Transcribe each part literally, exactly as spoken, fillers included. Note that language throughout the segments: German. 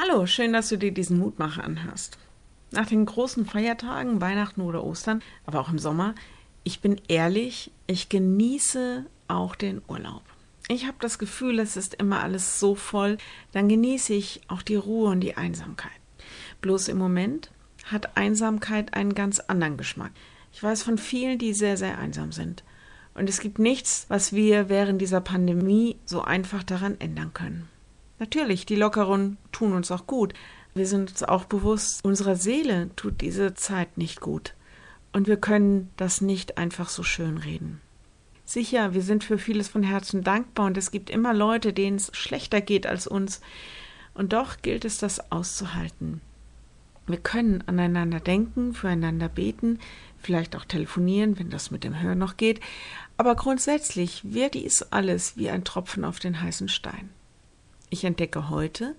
Hallo, schön, dass du dir diesen Mutmacher anhörst. Nach den großen Feiertagen, Weihnachten oder Ostern, aber auch im Sommer, ich bin ehrlich, ich genieße auch den Urlaub. Ich habe das Gefühl, es ist immer alles so voll, dann genieße ich auch die Ruhe und die Einsamkeit. Bloß im Moment hat Einsamkeit einen ganz anderen Geschmack. Ich weiß von vielen, die sehr, sehr einsam sind. Und es gibt nichts, was wir während dieser Pandemie so einfach daran ändern können. Natürlich, die Lockerungen tun uns auch gut. Wir sind uns auch bewusst, unserer Seele tut diese Zeit nicht gut. Und wir können das nicht einfach so schön reden. Sicher, wir sind für vieles von Herzen dankbar und es gibt immer Leute, denen es schlechter geht als uns. Und doch gilt es, das auszuhalten. Wir können aneinander denken, füreinander beten, vielleicht auch telefonieren, wenn das mit dem Hören noch geht. Aber grundsätzlich wird dies alles wie ein Tropfen auf den heißen Stein. Ich entdecke heute,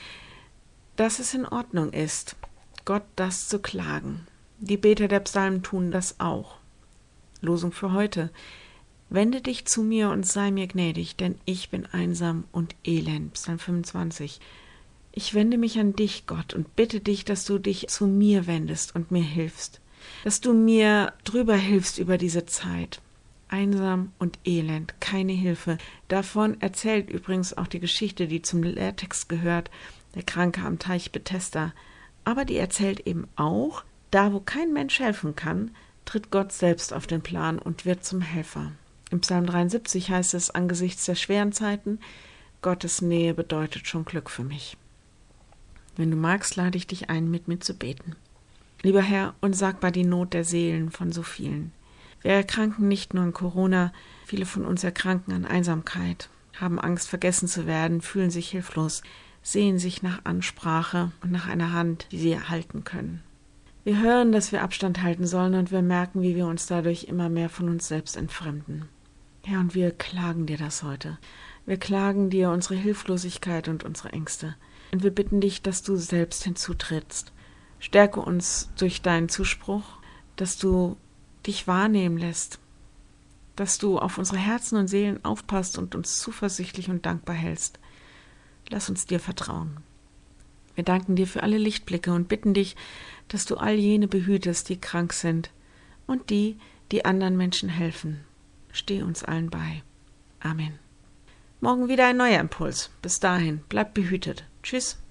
dass es in Ordnung ist, Gott das zu klagen. Die Beter der Psalmen tun das auch. Losung für heute. Wende dich zu mir und sei mir gnädig, denn ich bin einsam und elend. Psalm fünfundzwanzig. Ich wende mich an dich, Gott, und bitte dich, dass du dich zu mir wendest und mir hilfst. Dass du mir drüber hilfst über diese Zeit. Einsam und elend, keine Hilfe. Davon erzählt übrigens auch die Geschichte, die zum Lehrtext gehört, der Kranke am Teich Bethesda. Aber die erzählt eben auch, da wo kein Mensch helfen kann, tritt Gott selbst auf den Plan und wird zum Helfer. Im Psalm dreiundsiebzig heißt es, angesichts der schweren Zeiten, Gottes Nähe bedeutet schon Glück für mich. Wenn du magst, lade ich dich ein, mit mir zu beten. Lieber Herr, unsagbar die Not der Seelen von so vielen. Wir erkranken nicht nur an Corona, viele von uns erkranken an Einsamkeit, haben Angst, vergessen zu werden, fühlen sich hilflos, sehen sich nach Ansprache und nach einer Hand, die sie halten können. Wir hören, dass wir Abstand halten sollen und wir merken, wie wir uns dadurch immer mehr von uns selbst entfremden. Herr, und wir klagen dir das heute. Wir klagen dir unsere Hilflosigkeit und unsere Ängste. Und wir bitten dich, dass du selbst hinzutrittst. Stärke uns durch deinen Zuspruch, dass du dich wahrnehmen lässt, dass du auf unsere Herzen und Seelen aufpasst und uns zuversichtlich und dankbar hältst. Lass uns dir vertrauen. Wir danken dir für alle Lichtblicke und bitten dich, dass du all jene behütest, die krank sind und die, die anderen Menschen helfen. Steh uns allen bei. Amen. Morgen wieder ein neuer Impuls. Bis dahin, bleib behütet. Tschüss.